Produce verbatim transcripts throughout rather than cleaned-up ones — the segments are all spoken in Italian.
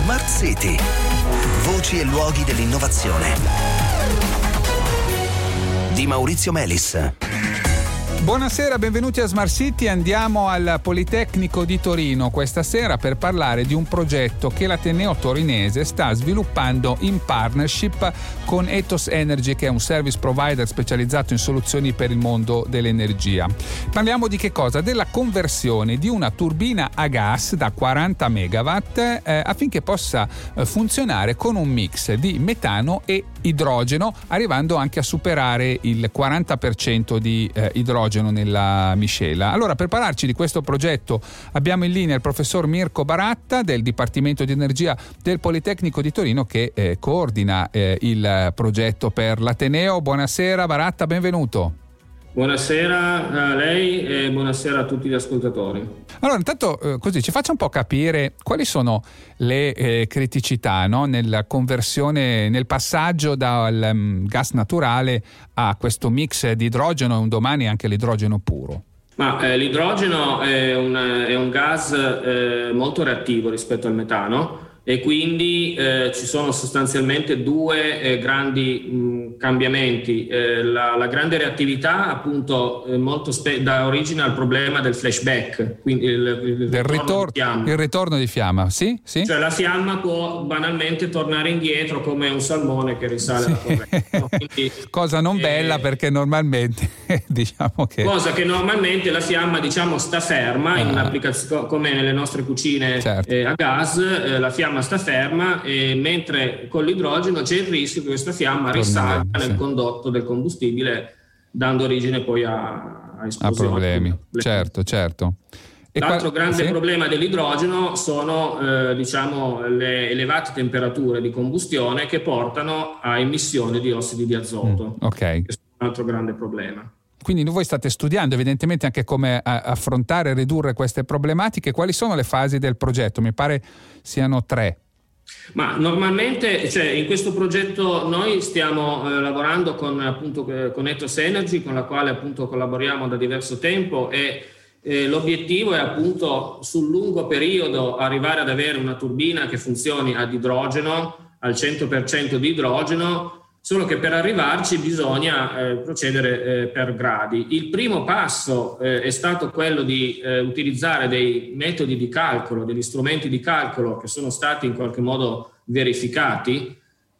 Smart City. Voci e luoghi dell'innovazione. Di Maurizio Melis. Buonasera, benvenuti a Smart City. Andiamo al Politecnico di Torino questa sera per parlare di un progetto che l'Ateneo torinese sta sviluppando in partnership con Ethos Energy, che è un service provider specializzato in soluzioni per il mondo dell'energia. Parliamo di che cosa? Della conversione di una turbina a gas da quaranta megawatt eh, affinché possa eh, funzionare con un mix di metano e idrogeno, arrivando anche a superare il quaranta per cento di eh, idrogeno nella miscela. Allora, per parlarci di questo progetto abbiamo in linea il professor Mirko Baratta del Dipartimento di Energia del Politecnico di Torino, che eh, coordina eh, il progetto per l'Ateneo. Buonasera Baratta, benvenuto. Buonasera a lei e buonasera a tutti gli ascoltatori. Allora, intanto eh, così ci faccia un po' capire quali sono le eh, criticità, no? Nella conversione, nel passaggio dal um, gas naturale a questo mix di idrogeno e un domani anche l'idrogeno puro. Ma eh, l'idrogeno è un, è un gas eh, molto reattivo rispetto al metano e quindi eh, ci sono sostanzialmente due eh, grandi mh, cambiamenti. Eh, la, la grande reattività appunto eh, molto spe- dà origine al problema del flashback, quindi il, il, del ritorno, ritor- il ritorno di fiamma, sì? sì? Cioè la fiamma può banalmente tornare indietro come un salmone che risale sì. alla corrente. No? Quindi, cosa non eh, bella, perché normalmente diciamo che... Cosa che normalmente la fiamma diciamo sta ferma ah. in un'applicazione come nelle nostre cucine certo. eh, a gas, eh, la fiamma sta ferma, e mentre con l'idrogeno c'è il rischio che questa fiamma risalga sì. nel condotto del combustibile, dando origine poi a, a esplosioni. A problemi, certo, certo. E L'altro qua... grande sì? problema dell'idrogeno sono eh, diciamo le elevate temperature di combustione che portano a emissione di ossidi di azoto. Mm, ok. Che sono un altro grande problema. Quindi voi state studiando evidentemente anche come affrontare e ridurre queste problematiche. Quali sono le fasi del progetto? Mi pare siano tre. Ma normalmente, cioè, in questo progetto noi stiamo eh, lavorando con appunto con Ethos Energy, con la quale appunto collaboriamo da diverso tempo, e eh, l'obiettivo è appunto sul lungo periodo arrivare ad avere una turbina che funzioni ad idrogeno, al cento per cento di idrogeno. Solo che per arrivarci bisogna eh, procedere eh, per gradi. Il primo passo eh, è stato quello di eh, utilizzare dei metodi di calcolo, degli strumenti di calcolo che sono stati in qualche modo verificati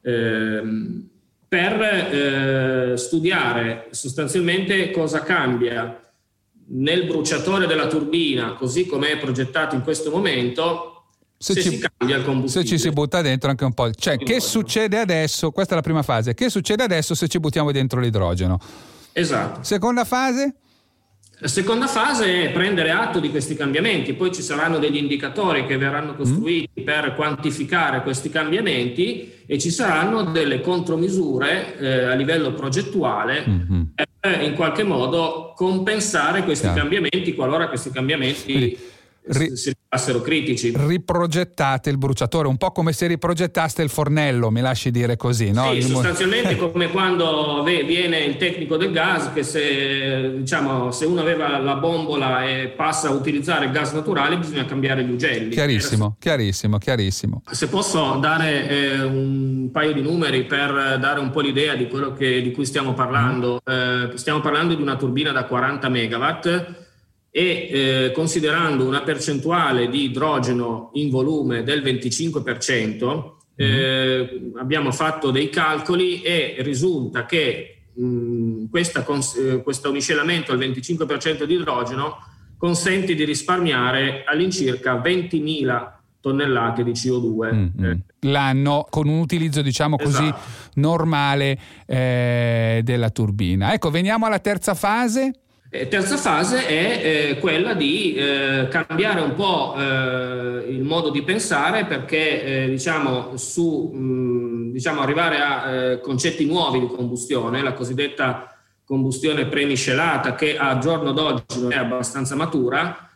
ehm, per eh, studiare sostanzialmente cosa cambia nel bruciatore della turbina, così come è progettato in questo momento, Se, se ci, si cambia il combustibile. Se ci si butta dentro anche un po', cioè che succede adesso? Questa è la prima fase. Che succede adesso se ci buttiamo dentro l'idrogeno? Esatto. Seconda fase? La seconda fase è prendere atto di questi cambiamenti, poi ci saranno degli indicatori che verranno costruiti mm. per quantificare questi cambiamenti, e ci saranno delle contromisure eh, a livello progettuale mm-hmm. per in qualche modo compensare questi Chiaro. cambiamenti qualora questi cambiamenti Quindi, ri- si rivelassero critici. Riprogettate il bruciatore, un po' come se riprogettaste il fornello, mi lasci dire così, no? Sì, il sostanzialmente mo- come quando viene il tecnico del gas che se diciamo se uno aveva la bombola e passa a utilizzare il gas naturale bisogna cambiare gli ugelli. Chiarissimo, chiarissimo, chiarissimo. Se posso dare eh, un paio di numeri per dare un po' l'idea di quello che, di cui stiamo parlando. Mm. Eh, stiamo parlando di una turbina da quaranta megawatt e eh, considerando una percentuale di idrogeno in volume del venticinque per cento, eh, mm. abbiamo fatto dei calcoli e risulta che mh, questa cons- eh, questo miscelamento al venticinque per cento di idrogeno consente di risparmiare all'incirca ventimila tonnellate di C O due mm-hmm. eh. l'anno, con un utilizzo diciamo così esatto. normale eh, della turbina. Ecco, veniamo alla terza fase. Eh, terza fase è eh, quella di eh, cambiare un po' eh, il modo di pensare, perché eh, diciamo su mh, diciamo arrivare a eh, concetti nuovi di combustione, la cosiddetta combustione premiscelata, che a giorno d'oggi non è abbastanza matura,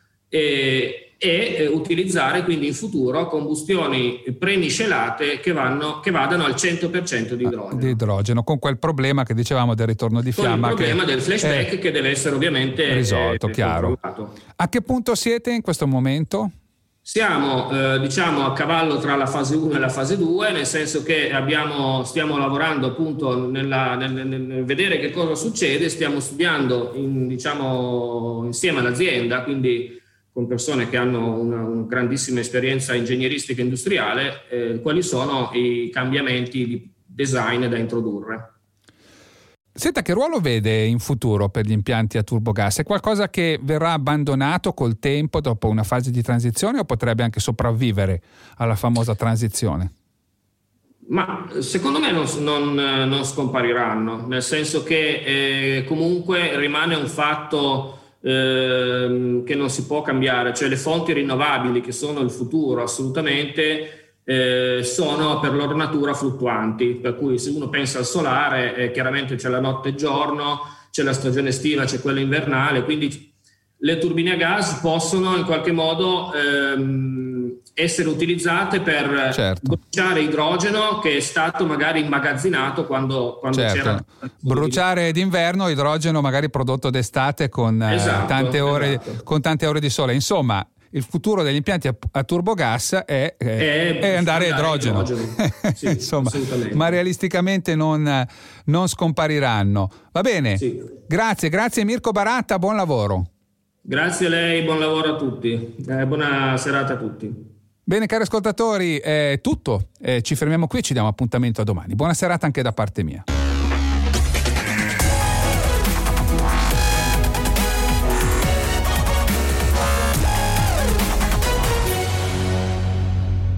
e e eh, utilizzare quindi in futuro combustioni premiscelate che, vanno, che vadano al cento per cento di idrogeno. Di idrogeno, con quel problema che dicevamo del ritorno di fiamma. Con il problema che del flashback è che deve essere ovviamente risolto, eh, chiaro. controllato. A che punto siete in questo momento? Siamo eh, diciamo a cavallo tra la fase uno e la fase due, nel senso che abbiamo, stiamo lavorando appunto nella, nel, nel, nel vedere che cosa succede, stiamo studiando in, diciamo, insieme all'azienda, quindi con persone che hanno una, una grandissima esperienza ingegneristica industriale, eh, quali sono i cambiamenti di design da introdurre. Senta, che ruolo vede in futuro per gli impianti a turbogas? È qualcosa che verrà abbandonato col tempo dopo una fase di transizione o potrebbe anche sopravvivere alla famosa transizione? Ma secondo me non, non, non scompariranno, nel senso che eh, comunque rimane un fatto eh, che non si può cambiare, cioè le fonti rinnovabili che sono il futuro assolutamente. Eh, sono per loro natura fluttuanti, per cui se uno pensa al solare eh, chiaramente c'è la notte e giorno, c'è la stagione estiva, c'è quella invernale, quindi le turbine a gas possono in qualche modo ehm, essere utilizzate per certo. bruciare idrogeno che è stato magari immagazzinato quando, quando certo. c'era bruciare d'inverno idrogeno magari prodotto d'estate con, esatto, eh, tante ore, esatto. con tante ore di sole, insomma. Il futuro degli impianti a, a turbogas è, è, è, è andare a idrogeno, idrogeno. Sì, insomma, ma realisticamente non, non scompariranno. Va bene, sì. grazie, grazie Mirko Baratta, buon lavoro. Grazie a lei, buon lavoro a tutti, eh, buona serata a tutti. Bene cari ascoltatori, è tutto, eh, ci fermiamo qui e ci diamo appuntamento a domani. Buona serata anche da parte mia.